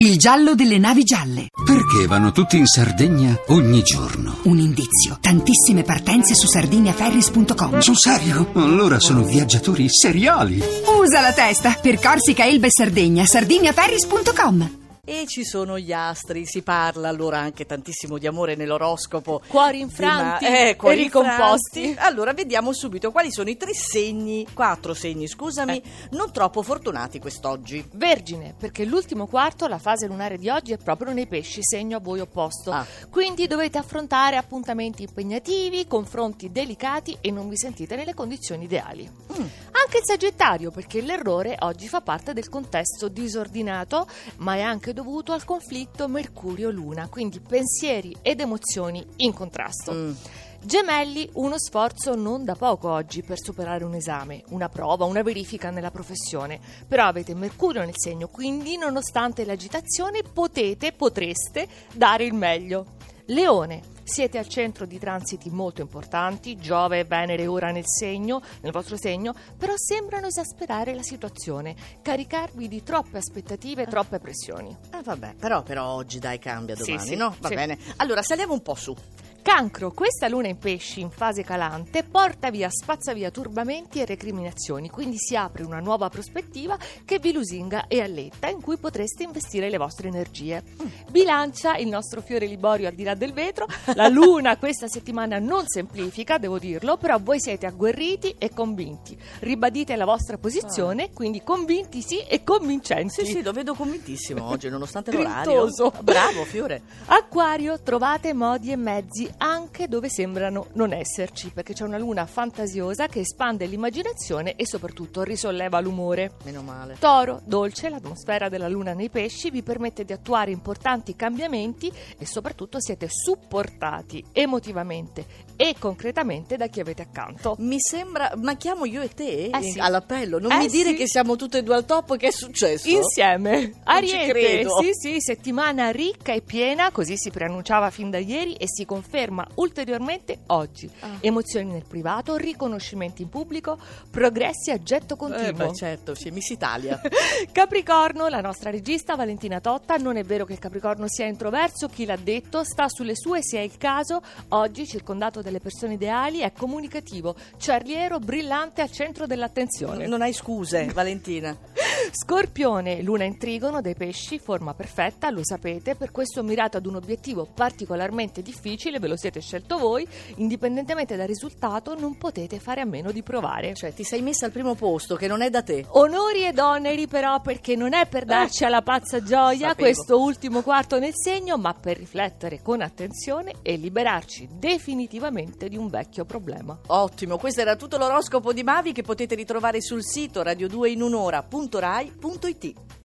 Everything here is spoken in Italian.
Il giallo delle navi gialle. Perché vanno tutti in Sardegna ogni giorno? Un indizio. Tantissime partenze su sardiniaferries.com. Sul serio? Allora sono viaggiatori seriali. Usa la testa. Per Corsica, Elba e Sardegna, sardiniaferries.com. E ci sono gli astri, si parla allora anche tantissimo di amore nell'oroscopo. Cuori infranti cuori e ricomposti. infranti. Allora vediamo subito quali sono i 4 segni, non troppo fortunati quest'oggi. Vergine, perché l'ultimo quarto, la fase lunare di oggi, è proprio nei pesci, segno a voi opposto. Quindi dovete affrontare appuntamenti impegnativi, confronti delicati e non vi sentite nelle condizioni ideali. Anche il Sagittario, perché l'errore oggi fa parte del contesto disordinato, ma è anche dovuto al conflitto Mercurio-Luna, quindi pensieri ed emozioni in contrasto. Gemelli, uno sforzo non da poco oggi per superare un esame, una prova, una verifica nella professione, però avete Mercurio nel segno, quindi nonostante l'agitazione potreste dare il meglio. Leone, siete al centro di transiti molto importanti, Giove e Venere ora nel vostro segno, però sembrano esasperare la situazione, caricarvi di troppe aspettative e troppe pressioni. Vabbè, però oggi dai, cambia domani, Sì, no? Va bene. Allora saliamo un po' su. Cancro, questa luna in pesci in fase calante spazza via turbamenti e recriminazioni, quindi si apre una nuova prospettiva che vi lusinga e alletta, in cui potreste investire le vostre energie. Bilancia, il nostro fiore Liborio al di là del vetro, la luna questa settimana non semplifica, devo dirlo, però voi siete agguerriti e convinti. Ribadite la vostra posizione, quindi convinti sì e convincenti. Sì, lo vedo convintissimo oggi, nonostante l'orario. Grintoso. Bravo, fiore. Acquario, trovate modi e mezzi anche dove sembrano non esserci, perché c'è una luna fantasiosa che espande l'immaginazione e soprattutto risolleva l'umore. Meno male. Toro, dolce, l'atmosfera della luna nei pesci vi permette di attuare importanti cambiamenti e soprattutto siete supportati emotivamente e concretamente da chi avete accanto. Mi sembra, ma chiamo io e te Sì. all'appello, non mi dire sì. che siamo tutte e due al top, che è successo? Insieme. ci credo. Sì, settimana ricca e piena, così si preannunciava fin da ieri e si conferma ulteriormente oggi. Emozioni nel privato, riconoscimenti in pubblico, progressi a getto continuo. Certo, sì, Miss Italia. Capricorno, la nostra regista Valentina Totta, non è vero che il Capricorno sia introverso, chi l'ha detto, sta sulle sue se è il caso, oggi circondato dalle persone ideali, è comunicativo, ciarliero, brillante, al centro dell'attenzione. Non hai scuse, Valentina. Scorpione, luna in trigono dei pesci, forma perfetta, lo sapete, per questo mirate ad un obiettivo particolarmente difficile, ve lo siete scelto voi, indipendentemente dal risultato non potete fare a meno di provare. Cioè, ti sei messa al primo posto, che non è da te. Onori ed oneri però, perché non è per darci alla pazza gioia Sapevo. questo ultimo quarto nel segno, ma per riflettere con attenzione e liberarci definitivamente di un vecchio problema. Ottimo, questo era tutto l'oroscopo di Mavi che potete ritrovare sul sito radio2inunora.rai.it.